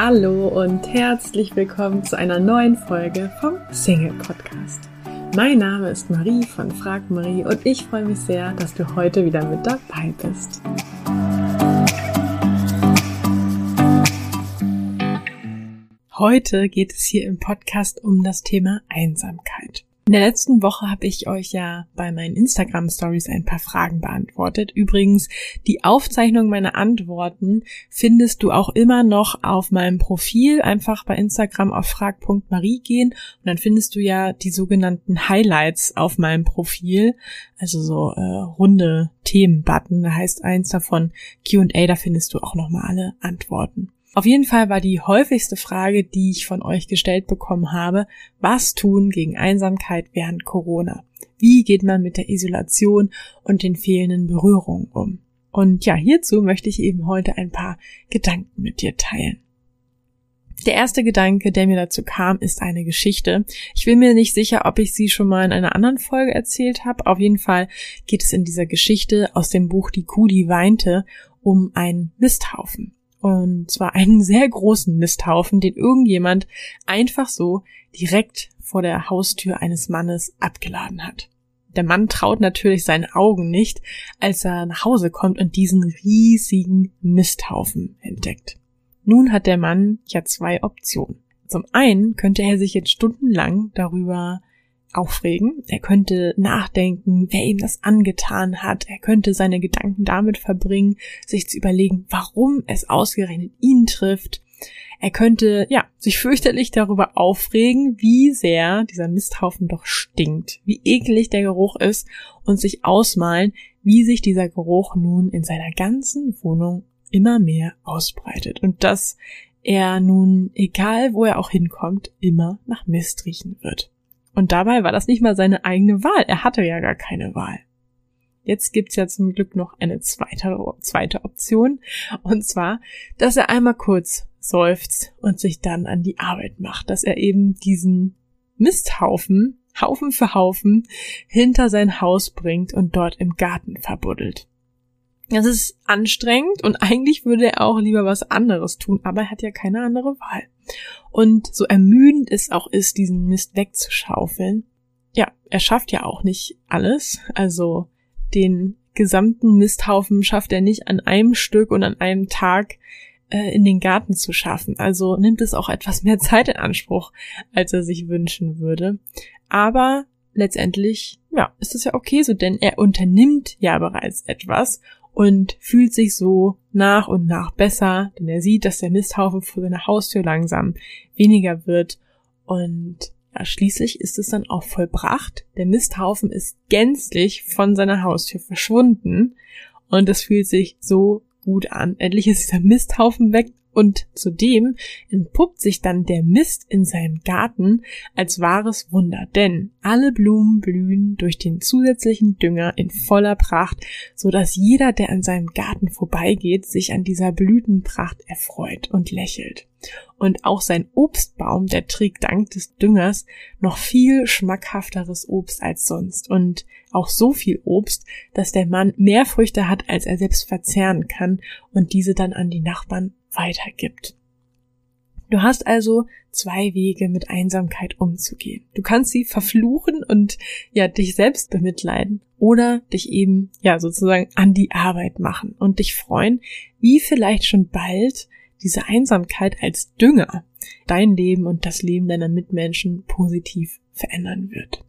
Hallo und herzlich willkommen zu einer neuen Folge vom Single Podcast. Mein Name ist Marie von Frag Marie und ich freue mich sehr, dass du heute wieder mit dabei bist. Heute geht es hier im Podcast um das Thema Einsamkeit. In der letzten Woche habe ich euch ja bei meinen Instagram-Stories ein paar Fragen beantwortet. Übrigens, die Aufzeichnung meiner Antworten findest du auch immer noch auf meinem Profil. Einfach bei Instagram auf frag.marie gehen und dann findest du ja die sogenannten Highlights auf meinem Profil. Also so runde Themen-Button. Da heißt eins davon Q&A, da findest du auch nochmal alle Antworten. Auf jeden Fall war die häufigste Frage, die ich von euch gestellt bekommen habe, was tun gegen Einsamkeit während Corona? Wie geht man mit der Isolation und den fehlenden Berührungen um? Und ja, hierzu möchte ich eben heute ein paar Gedanken mit dir teilen. Der erste Gedanke, der mir dazu kam, ist eine Geschichte. Ich bin mir nicht sicher, ob ich sie schon mal in einer anderen Folge erzählt habe. Auf jeden Fall geht es in dieser Geschichte aus dem Buch Die Kuh, die weinte, um einen Misthaufen. Und zwar einen sehr großen Misthaufen, den irgendjemand einfach so direkt vor der Haustür eines Mannes abgeladen hat. Der Mann traut natürlich seinen Augen nicht, als er nach Hause kommt und diesen riesigen Misthaufen entdeckt. Nun hat der Mann ja zwei Optionen. Zum einen könnte er sich jetzt stundenlang darüber aufregen, er könnte nachdenken, wer ihm das angetan hat, er könnte seine Gedanken damit verbringen, sich zu überlegen, warum es ausgerechnet ihn trifft. Er könnte, sich fürchterlich darüber aufregen, wie sehr dieser Misthaufen doch stinkt, wie ekelig der Geruch ist und sich ausmalen, wie sich dieser Geruch nun in seiner ganzen Wohnung immer mehr ausbreitet und dass er nun, egal wo er auch hinkommt, immer nach Mist riechen wird. Und dabei war das nicht mal seine eigene Wahl. Er hatte ja gar keine Wahl. Jetzt gibt's ja zum Glück noch eine zweite Option. Und zwar, dass er einmal kurz seufzt und sich dann an die Arbeit macht. Dass er eben diesen Misthaufen, Haufen für Haufen, hinter sein Haus bringt und dort im Garten verbuddelt. Das ist anstrengend und eigentlich würde er auch lieber was anderes tun, aber er hat ja keine andere Wahl. Und so ermüdend es auch ist, diesen Mist wegzuschaufeln, er schafft ja auch nicht alles. Also den gesamten Misthaufen schafft er nicht an einem Stück und an einem Tag in den Garten zu schaffen. Also nimmt es auch etwas mehr Zeit in Anspruch, als er sich wünschen würde. Aber letztendlich, ist es ja okay so, denn er unternimmt ja bereits etwas und fühlt sich so nach und nach besser, denn er sieht, dass der Misthaufen vor seiner Haustür langsam weniger wird und schließlich ist es dann auch vollbracht. Der Misthaufen ist gänzlich von seiner Haustür verschwunden und es fühlt sich so gut an. Endlich ist dieser Misthaufen weg und zudem entpuppt sich dann der Mist in seinem Garten als wahres Wunder, denn alle Blumen blühen durch den zusätzlichen Dünger in voller Pracht, so dass jeder, der an seinem Garten vorbeigeht, sich an dieser Blütenpracht erfreut und lächelt. Und auch sein Obstbaum, der trägt dank des Düngers noch viel schmackhafteres Obst als sonst und auch so viel Obst, dass der Mann mehr Früchte hat, als er selbst verzehren kann und diese dann an die Nachbarn weitergibt. Du hast also zwei Wege, mit Einsamkeit umzugehen. Du kannst sie verfluchen und dich selbst bemitleiden oder dich eben sozusagen an die Arbeit machen und dich freuen, wie vielleicht schon bald diese Einsamkeit als Dünger dein Leben und das Leben deiner Mitmenschen positiv verändern wird.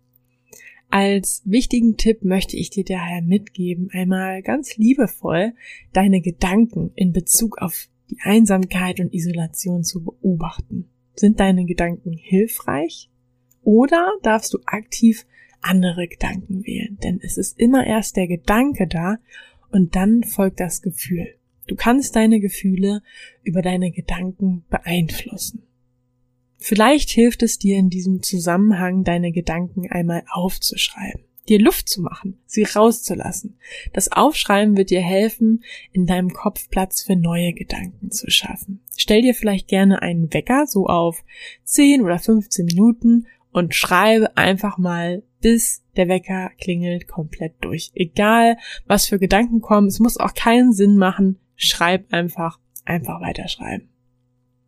Als wichtigen Tipp möchte ich dir daher mitgeben, einmal ganz liebevoll deine Gedanken in Bezug auf die Einsamkeit und Isolation zu beobachten. Sind deine Gedanken hilfreich oder darfst du aktiv andere Gedanken wählen? Denn es ist immer erst der Gedanke da und dann folgt das Gefühl. Du kannst deine Gefühle über deine Gedanken beeinflussen. Vielleicht hilft es dir in diesem Zusammenhang, deine Gedanken einmal aufzuschreiben, dir Luft zu machen, sie rauszulassen. Das Aufschreiben wird dir helfen, in deinem Kopf Platz für neue Gedanken zu schaffen. Stell dir vielleicht gerne einen Wecker, so auf 10 oder 15 Minuten und schreibe einfach mal, bis der Wecker klingelt, komplett durch. Egal, was für Gedanken kommen, es muss auch keinen Sinn machen, schreib einfach weiterschreiben.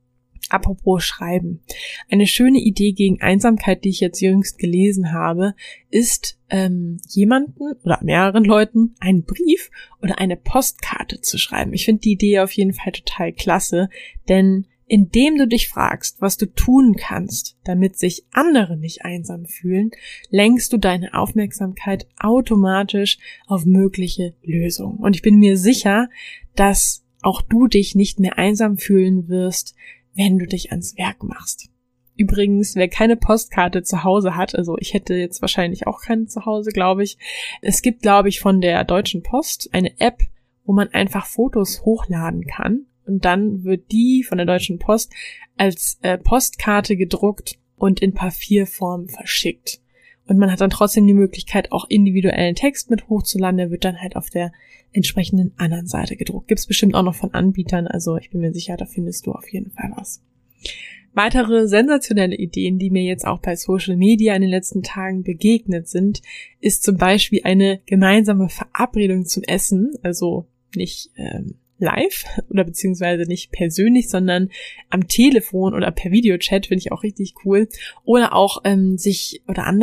Apropos Schreiben. Eine schöne Idee gegen Einsamkeit, die ich jetzt jüngst gelesen habe, ist jemanden oder mehreren Leuten einen Brief oder eine Postkarte zu schreiben. Ich finde die Idee auf jeden Fall total klasse, denn indem du dich fragst, was du tun kannst, damit sich andere nicht einsam fühlen, lenkst du deine Aufmerksamkeit automatisch auf mögliche Lösungen. Und ich bin mir sicher, dass auch du dich nicht mehr einsam fühlen wirst, wenn du dich ans Werk machst. Übrigens, wer keine Postkarte zu Hause hat, also ich hätte jetzt wahrscheinlich auch keine zu Hause, glaube ich. Es gibt, glaube ich, von der Deutschen Post eine App, wo man einfach Fotos hochladen kann und dann wird die von der Deutschen Post als Postkarte gedruckt und in Papierform verschickt. Und man hat dann trotzdem die Möglichkeit, auch individuellen Text mit hochzuladen, der wird dann halt auf der entsprechenden anderen Seite gedruckt. Gibt's bestimmt auch noch von Anbietern, also ich bin mir sicher, da findest du auf jeden Fall was. Weitere sensationelle Ideen, die mir jetzt auch bei Social Media in den letzten Tagen begegnet sind, ist zum Beispiel eine gemeinsame Verabredung zum Essen, also nicht live oder beziehungsweise nicht persönlich, sondern am Telefon oder per Videochat, finde ich auch richtig cool. Oder auch sich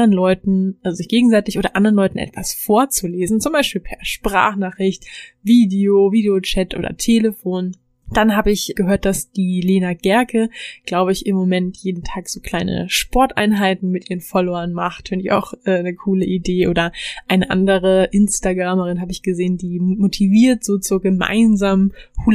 gegenseitig oder anderen Leuten etwas vorzulesen, zum Beispiel per Sprachnachricht, Videochat oder Telefon. Dann habe ich gehört, dass die Lena Gerke, glaube ich, im Moment jeden Tag so kleine Sporteinheiten mit ihren Followern macht. Finde ich auch eine coole Idee. Oder eine andere Instagramerin habe ich gesehen, die motiviert so zur gemeinsamen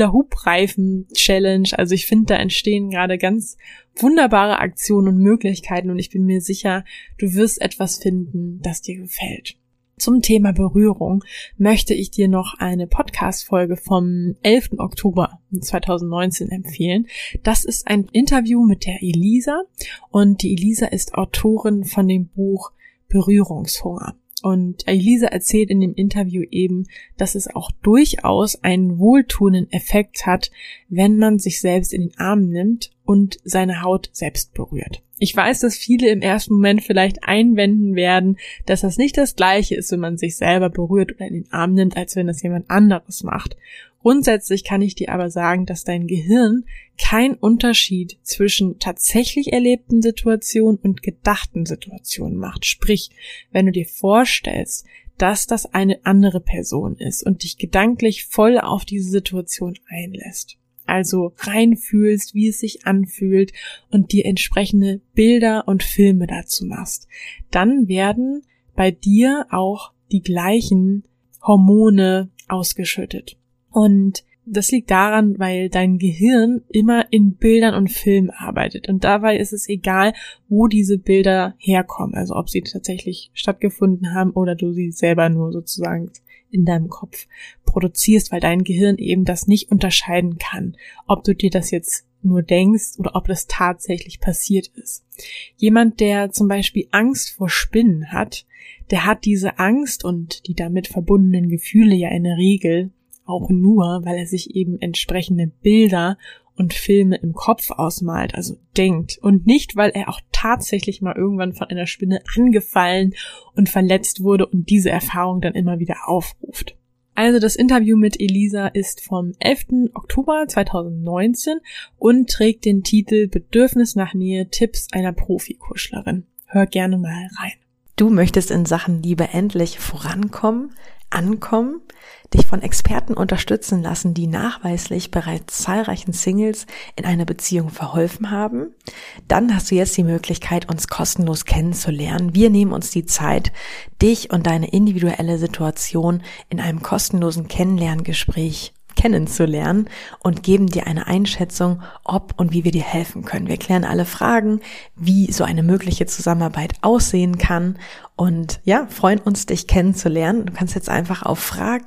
Hula-Hoop-Reifen-Challenge. Also ich finde, da entstehen gerade ganz wunderbare Aktionen und Möglichkeiten und ich bin mir sicher, du wirst etwas finden, das dir gefällt. Zum Thema Berührung möchte ich dir noch eine Podcast-Folge vom 11. Oktober 2019 empfehlen. Das ist ein Interview mit der Elisa und die Elisa ist Autorin von dem Buch Berührungshunger. Und Elisa erzählt in dem Interview eben, dass es auch durchaus einen wohltuenden Effekt hat, wenn man sich selbst in den Arm nimmt und seine Haut selbst berührt. Ich weiß, dass viele im ersten Moment vielleicht einwenden werden, dass das nicht das Gleiche ist, wenn man sich selber berührt oder in den Arm nimmt, als wenn das jemand anderes macht. Grundsätzlich kann ich dir aber sagen, dass dein Gehirn keinen Unterschied zwischen tatsächlich erlebten Situationen und gedachten Situationen macht. Sprich, wenn du dir vorstellst, dass das eine andere Person ist und dich gedanklich voll auf diese Situation einlässt, also reinfühlst, wie es sich anfühlt und dir entsprechende Bilder und Filme dazu machst, dann werden bei dir auch die gleichen Hormone ausgeschüttet. Und das liegt daran, weil dein Gehirn immer in Bildern und Filmen arbeitet. Und dabei ist es egal, wo diese Bilder herkommen. Also ob sie tatsächlich stattgefunden haben oder du sie selber nur sozusagen in deinem Kopf produzierst, weil dein Gehirn eben das nicht unterscheiden kann, ob du dir das jetzt nur denkst oder ob das tatsächlich passiert ist. Jemand, der zum Beispiel Angst vor Spinnen hat, der hat diese Angst und die damit verbundenen Gefühle ja in der Regel auch nur, weil er sich eben entsprechende Bilder und Filme im Kopf ausmalt, also denkt, und nicht, weil er auch tatsächlich mal irgendwann von einer Spinne angefallen und verletzt wurde und diese Erfahrung dann immer wieder aufruft. Also das Interview mit Elisa ist vom 11. Oktober 2019 und trägt den Titel Bedürfnis nach Nähe, Tipps einer Profikuschlerin. Hör gerne mal rein. Du möchtest in Sachen Liebe endlich vorankommen, ankommen, dich von Experten unterstützen lassen, die nachweislich bereits zahlreichen Singles in einer Beziehung verholfen haben? Dann hast du jetzt die Möglichkeit, uns kostenlos kennenzulernen. Wir nehmen uns die Zeit, dich und deine individuelle Situation in einem kostenlosen Kennenlerngespräch kennenzulernen und geben dir eine Einschätzung, ob und wie wir dir helfen können. Wir klären alle Fragen, wie so eine mögliche Zusammenarbeit aussehen kann und ja, freuen uns, dich kennenzulernen. Du kannst jetzt einfach auf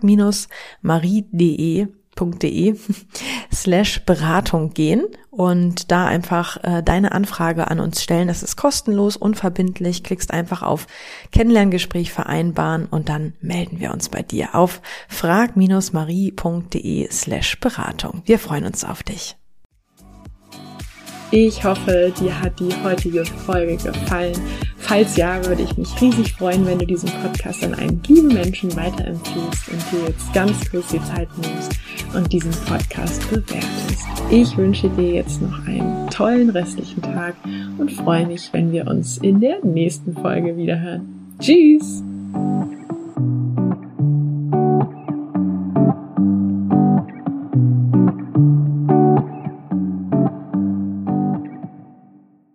frag-marie.de/Beratung gehen und da einfach deine Anfrage an uns stellen. Das ist kostenlos, unverbindlich. Klickst einfach auf Kennenlerngespräch vereinbaren und dann melden wir uns bei dir auf frag-marie.de/Beratung. Wir freuen uns auf dich. Ich hoffe, dir hat die heutige Folge gefallen. Falls ja, würde ich mich riesig freuen, wenn du diesen Podcast an einen lieben Menschen weiterempfiehlst und dir jetzt ganz kurz die Zeit nimmst, und diesen Podcast bewertest. Ich wünsche dir jetzt noch einen tollen restlichen Tag und freue mich, wenn wir uns in der nächsten Folge wiederhören. Tschüss!